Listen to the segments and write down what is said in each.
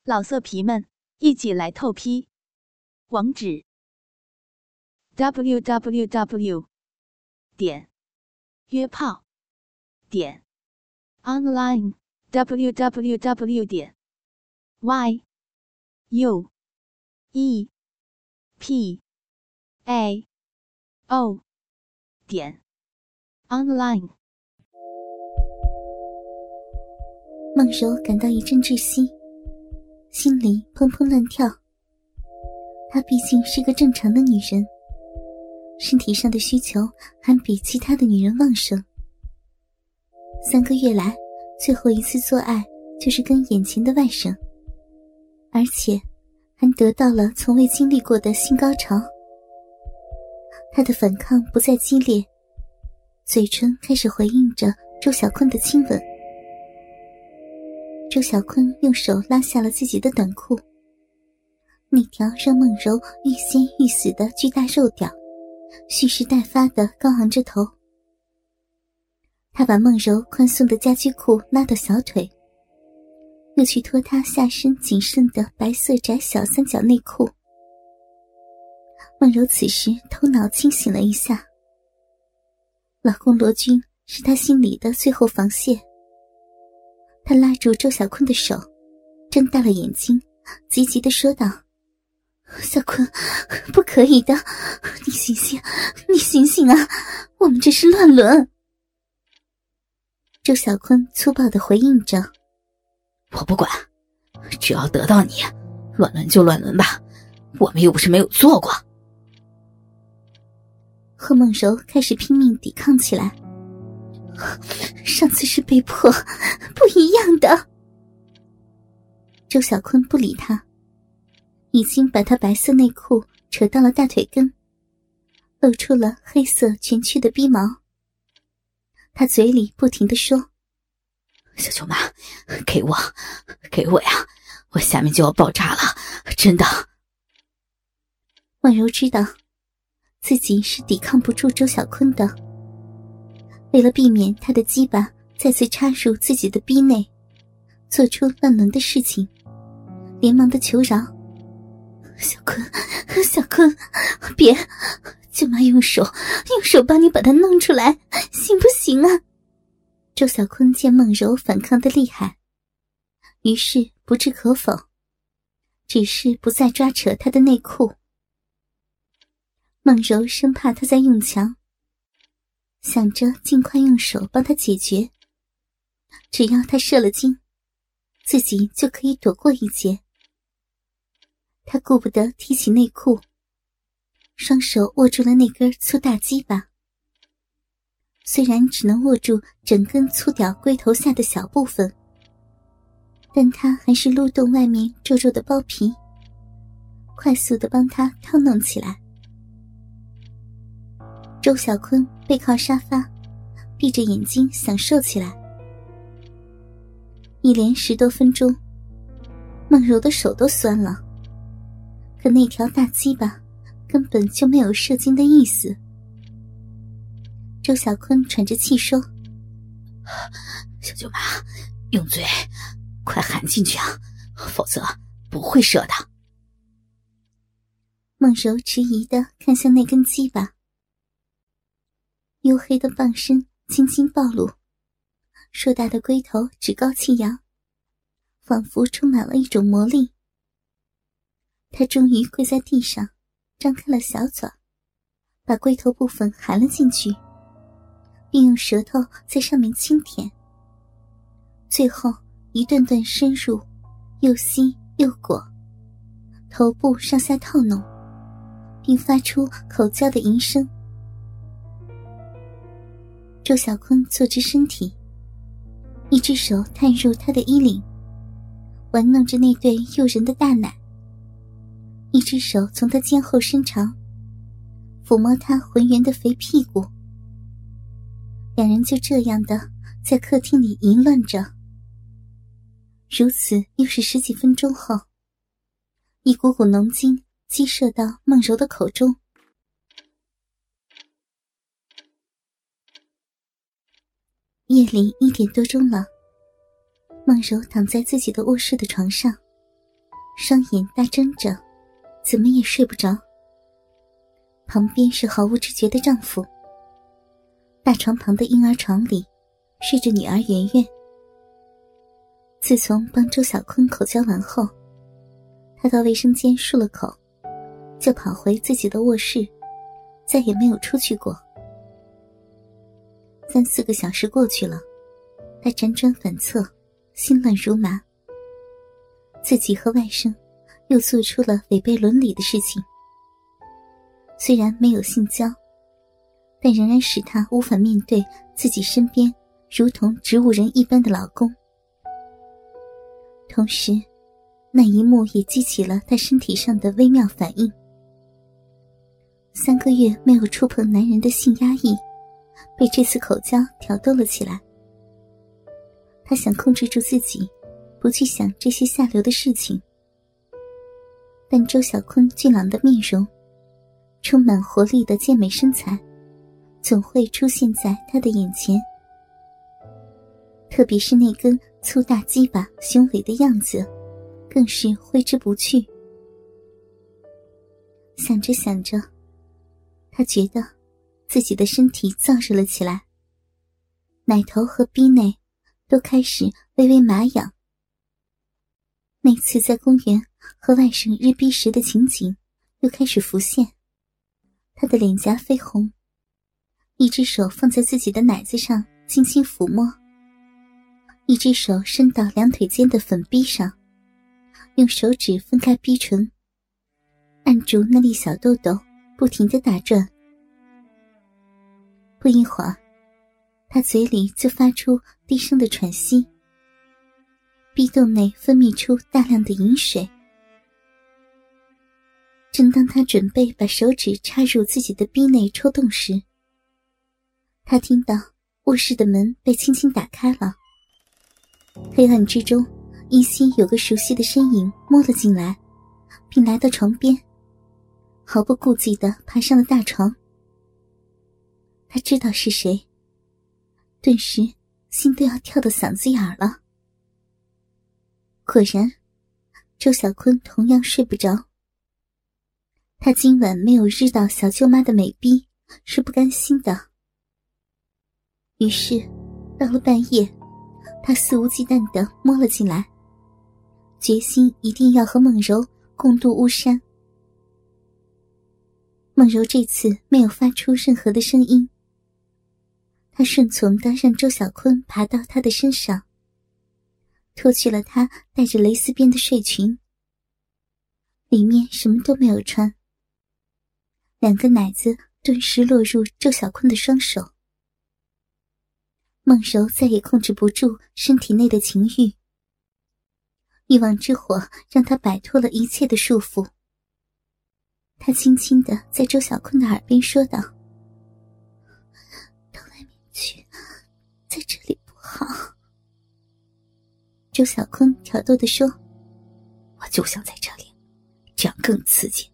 老色皮们，一起来透批！网址 www.约炮online www.yuepao.online。 孟柔感到一阵窒息，心里砰砰乱跳。她毕竟是个正常的女人，身体上的需求还比其他的女人旺盛。3个月来，最后一次做爱就是跟眼前的外甥，而且还得到了从未经历过的性高潮。她的反抗不再激烈，嘴唇开始回应着周小坤的亲吻。周小坤用手拉下了自己的短裤，那条让孟柔欲仙欲死的巨大肉屌蓄势待发地高昂着头。他把孟柔宽松的家居裤拉到小腿，又去脱她下身仅剩的白色窄小三角内裤。孟柔此时头脑清醒了一下，老公罗军是她心里的最后防线。他拉住周小坤的手，睁大了眼睛，急急地说道：小坤，不可以的，你醒醒，你醒醒啊，我们这是乱伦。周小坤粗暴地回应着： 我不管，只要得到你，乱伦就乱伦吧，我们又不是没有做过。 贺梦柔开始拼命抵抗起来，上次是被迫，不一样的。周小坤不理他，已经把他白色内裤扯到了大腿根，露出了黑色蜷曲的逼毛。他嘴里不停地说： 小舅妈，给我呀，我下面就要爆炸了，真的。 婉柔知道自己是抵抗不住周小坤的，为了避免他的鸡巴再次插入自己的逼内，做出乱伦的事情，连忙的求饶：小坤，别，舅妈用手帮你把它弄出来，行不行啊？周小坤见孟柔反抗的厉害，于是不置可否，只是不再抓扯他的内裤。孟柔生怕他在用强，想着尽快用手帮他解决，只要他射了精，自己就可以躲过一劫。他顾不得提起内裤，双手握住了那根粗大鸡巴。虽然只能握住整根粗屌龟头下的小部分，但他还是撸动外面皱皱的包皮，快速地帮他套弄起来。周小坤背靠沙发，闭着眼睛享受起来。一连10多分钟，孟柔的手都酸了，可那条大鸡巴根本就没有射精的意思。周小坤喘着气说： 小舅妈，用嘴快含进去啊，否则不会射的。 孟柔迟疑地看向那根鸡巴，黝黑的棒身轻轻暴露，硕大的龟头趾高气扬，仿佛充满了一种魔力。他终于跪在地上，张开了小嘴，把龟头部分含了进去，并用舌头在上面轻舔，最后一段段深入，又吸又裹，头部上下套弄，并发出口叫的吟声。周小坤坐直身体，一只手探入他的衣领，玩弄着那对诱人的大奶，一只手从他肩后伸长，抚摸他浑圆的肥屁股。两人就这样的在客厅里淫乱着。如此又是10几分钟后，一股股浓精激射到孟柔的口中。夜里1点多钟了，孟柔躺在自己的卧室的床上， 双眼大睁着，怎么也睡不着。旁边是毫无知觉的丈夫，大床旁的婴儿床里睡着女儿圆圆。自从帮周小坤口交完后，他到卫生间漱了口，就跑回自己的卧室，再也没有出去过。3-4个小时过去了，他辗转反侧，心乱如麻。自己和外甥又做出了违背伦理的事情，虽然没有性交，但仍然使他无法面对自己身边如同植物人一般的老公。同时，那一幕也激起了他身体上的微妙反应。3个月没有触碰男人的性压抑，被这次口交挑逗了起来。他想控制住自己，不去想这些下流的事情，但周小坤俊朗的面容，充满活力的健美身材，总会出现在他的眼前。特别是那根粗大鸡巴雄伟的样子，更是挥之不去。想着想着，他觉得自己的身体燥热了起来，奶头和逼内都开始微微麻痒。那次在公园和外甥日逼时的情景又开始浮现，他的脸颊绯红，一只手放在自己的奶子上轻轻抚摸，一只手伸到两腿间的粉逼上，用手指分开逼唇，按住那粒小豆豆，不停地打转。不一会儿，他嘴里就发出低声的喘息，逼洞内分泌出大量的饮水。正当他准备把手指插入自己的逼内抽动时，他听到卧室的门被轻轻打开了。黑暗之中，依稀有个熟悉的身影摸了进来，并来到床边，毫不顾忌地爬上了大床。他知道是谁，顿时心都要跳到嗓子眼了。果然，周小坤同样睡不着。他今晚没有日到小舅妈的美逼，是不甘心的。于是，到了半夜，他肆无忌惮地摸了进来，决心一定要和梦柔共度巫山。梦柔这次没有发出任何的声音，她顺从地让周小坤爬到她的身上，脱去了她带着蕾丝边的睡裙，里面什么都没有穿。2个奶子顿时落入周小坤的双手。梦柔再也控制不住身体内的情欲，欲望之火让她摆脱了一切的束缚。她轻轻地在周小坤的耳边说道：“到外面去，在这里不好。”周小坤挑逗地说：“ 我就想在这里，这样更刺激。”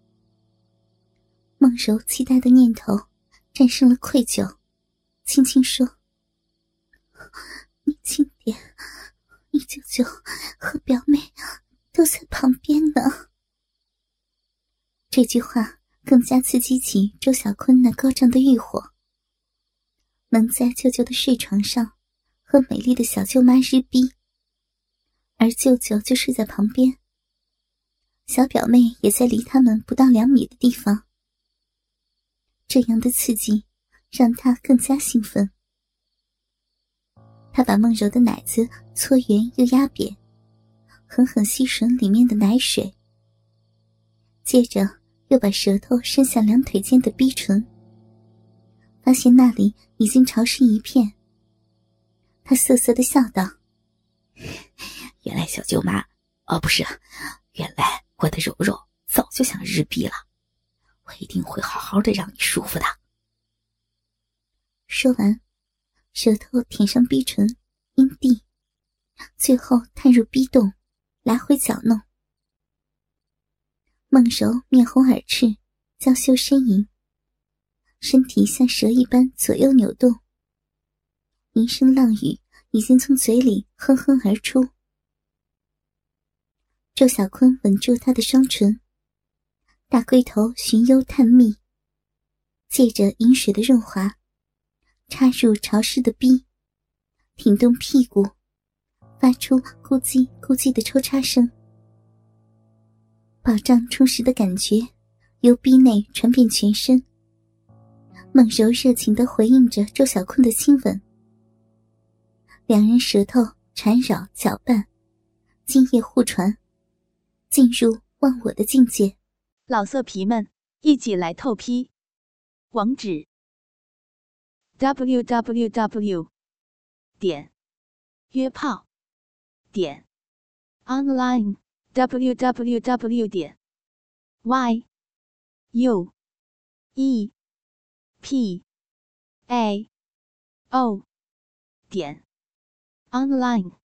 梦柔期待的念头战胜了愧疚，轻轻说：“你轻点，你舅舅和表妹都在旁边呢。”这句话更加刺激起周小坤那高涨的欲火。能在舅舅的睡床上和美丽的小舅妈日逼，而舅舅就睡在旁边，小表妹也在离他们不到2米的地方。这样的刺激让他更加兴奋。他把梦柔的奶子搓圆又压扁，狠狠吸吮里面的奶水，接着又把舌头伸向2腿间的逼唇，发现那里已经潮湿一片。他瑟瑟地笑道：“ 原来小舅妈，不是，原来我的柔柔早就想日逼了，我一定会好好的让你舒服的。” 说完，舌头舔上逼唇、阴蒂，最后探入逼洞，来回搅弄。梦柔面红耳赤，娇羞呻吟，身体像蛇一般左右扭动，一声浪语已经从嘴里哼哼而出。 周小坤吻住她的双唇，大龟头寻幽探秘，借着饮水的润滑，插入潮湿的逼，挺动屁股，发出咕叽咕叽的抽插声。饱胀充实的感觉由逼内传遍全身，梦柔热情地回应着周小坤的亲吻，两人舌头缠绕搅拌，精液互传，进入忘我的境界。 老色皮们，一起来透批！网址 www.约炮.online www.yuepao.online